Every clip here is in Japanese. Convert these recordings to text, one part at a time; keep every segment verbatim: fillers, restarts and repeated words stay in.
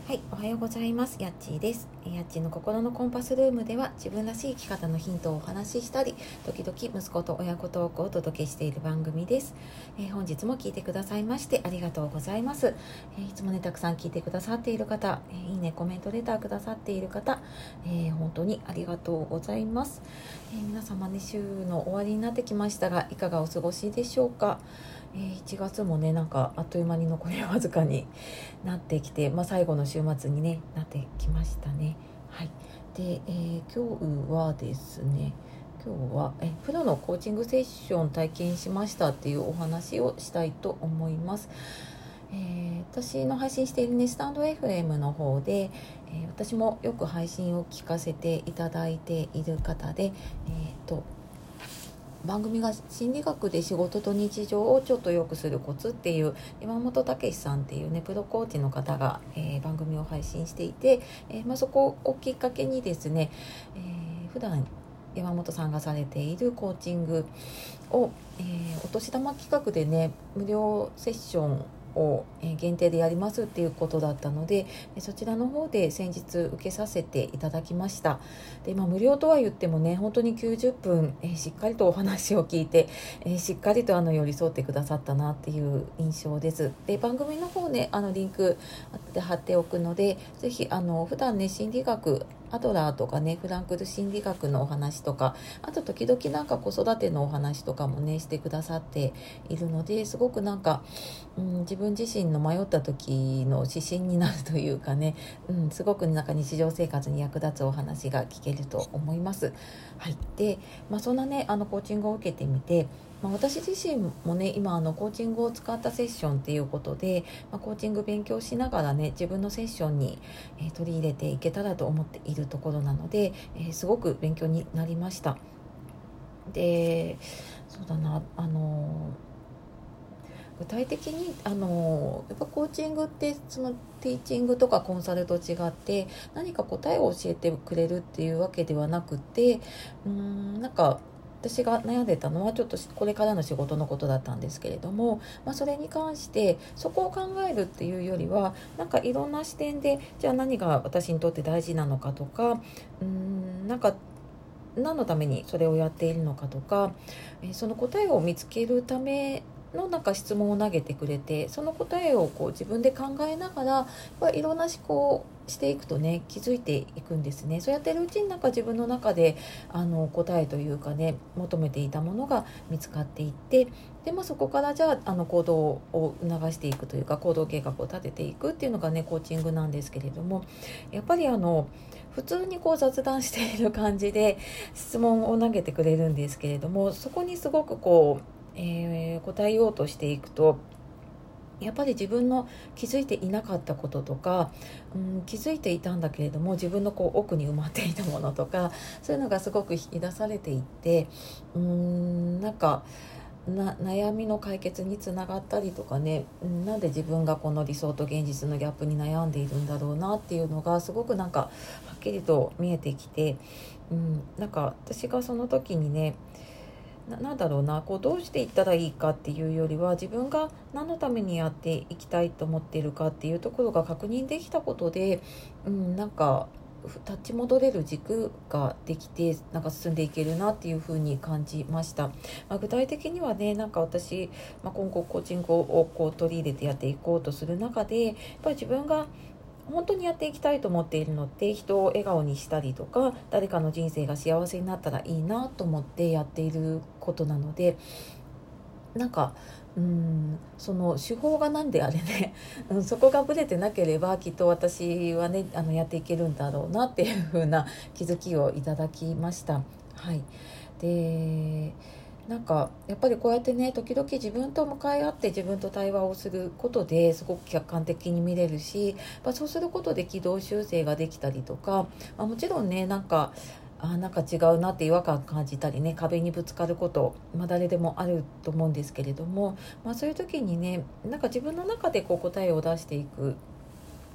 はい、おはようございます。やっちーです。やっちーの心のコンパスルームでは自分らしい生き方のヒントをお話ししたり、時々息子と親子トークをお届けしている番組です。えー、本日も聞いてくださいましてありがとうございます。えー、いつもねたくさん聞いてくださっている方、えー、いいね、コメントレターくださっている方、えー、本当にありがとうございます。えー、皆様ね、週の終わりになってきましたがいかがお過ごしでしょうか。えー、いちがつもねなんかあっという間に残りわずかになってきて、まあ、最後の週末に、ね、なってきましたね。はい、で、えー、今日はですね今日はえプロのコーチングセッション体験しましたっていうお話をしたいと思います。えー、私の配信している、ね、スタンド エフエム の方で、えー、私もよく配信を聞かせていただいている方で、えーと番組が心理学で仕事と日常をちょっと良くするコツっていう山本武さんっていうねプロコーチの方が、えー、番組を配信していて、えーまあ、そこをきっかけにですね、えー、普段山本さんがされているコーチングを、えー、お年玉企画でね無料セッションを限定でやりますっていうことだったので、そちらの方で先日受けさせていただきました。で、まあ、無料とは言ってもね本当にきゅうじゅっぷん、えー、しっかりとお話を聞いて、えー、しっかりとあの寄り添ってくださったなっていう印象です。で、番組の方ねあのリンク後で貼っておくので、ぜひあの普段ね心理学アドラーとかねフランクル心理学のお話とか、あと時々なんか子育てのお話とかもねしてくださっているので、すごくなんか、うん、自分自身の迷った時の指針になるというかね、うん、すごくなんか日常生活に役立つお話が聞けると思います。はい、で、まあ、そんなねあのコーチングを受けてみて、まあ、私自身もね今あのコーチングを使ったセッションっていうことで、まあ、コーチング勉強しながらね自分のセッションに、えー、取り入れていけたらと思っているところなので、えー、すごく勉強になりました。で、そうだなあの具体的にあのやっぱコーチングってそのティーチングとかコンサルと違って何か答えを教えてくれるっていうわけではなくて、うーんなんか私が悩んでたのはちょっとこれからの仕事のことだったんですけれども、まあ、それに関してそこを考えるっていうよりはなんかいろんな視点でじゃあ何が私にとって大事なのかとか、うーんなんか何のためにそれをやっているのかとか、えその答えを見つけるためのなんか質問を投げてくれて、その答えをこう自分で考えながらやっぱいろんな思考をしていくとね気づいていくんですね。そうやってるうちになんか自分の中であの答えというかね求めていたものが見つかっていって、で、まあ、そこからじゃあ、あの行動を促していくというか行動計画を立てていくっていうのがねコーチングなんですけれども、やっぱりあの普通にこう雑談している感じで質問を投げてくれるんですけれども、そこにすごくこう、えー答えようとしていくとやっぱり自分の気づいていなかったこととか、うん、気づいていたんだけれども自分のこう奥に埋まっていたものとか、そういうのがすごく引き出されていって、うーんなんかな悩みの解決につながったりとかね、うん、なんで自分がこの理想と現実のギャップに悩んでいるんだろうなっていうのがすごくなんかはっきりと見えてきて、うん、なんか私がその時にねななんだろうなこうどうしていったらいいかっていうよりは自分が何のためにやっていきたいと思っているかっていうところが確認できたことで、うん、なんか立ち戻れる軸ができてなんか進んでいけるなっていう風に感じました。まあ、具体的にはねなんか私、まあ、今後コーチングをこう取り入れてやっていこうとする中でやっぱり自分が本当にやっていきたいと思っているのって人を笑顔にしたりとか誰かの人生が幸せになったらいいなと思ってやっていることなので、なんかうーんその手法がなんであれねうんそこがぶれてなければきっと私はねあのやっていけるんだろうなっていう風な気づきをいただきました。はい、でなんかやっぱりこうやってね時々自分と向かい合って自分と対話をすることですごく客観的に見れるし、まあ、そうすることで軌道修正ができたりとか、まあ、もちろんねなんかあなんか違うなって違和感感じたりね壁にぶつかること、まあ、誰でもあると思うんですけれども、まあ、そういう時にねなんか自分の中でこう答えを出していく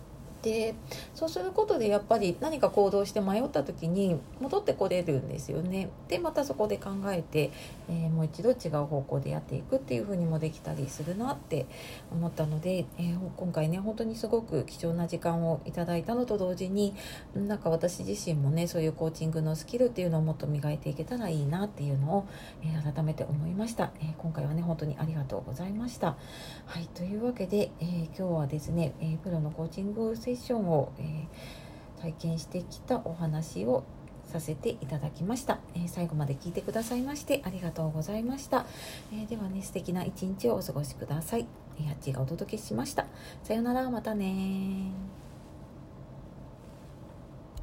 でそうすることでやっぱり何か行動して迷った時に戻ってこれるんですよね。でまたそこで考えて、えー、もう一度違う方向でやっていくっていう風にもできたりするなって思ったので、えー、今回ね本当にすごく貴重な時間をいただいたのと同時に、なんか私自身もねそういうコーチングのスキルっていうのをもっと磨いていけたらいいなっていうのを、えー、改めて思いました。えー、今回はね本当にありがとうございました。はい、というわけで、えー、今日はですね、えー、プロのコーチングセッションを、えー、体験してきたお話をさせていただきました。えー、最後まで聞いてくださいましてありがとうございました。えー、ではね、素敵な一日をお過ごしください。えー、やっちがお届けしました。さよなら、またね。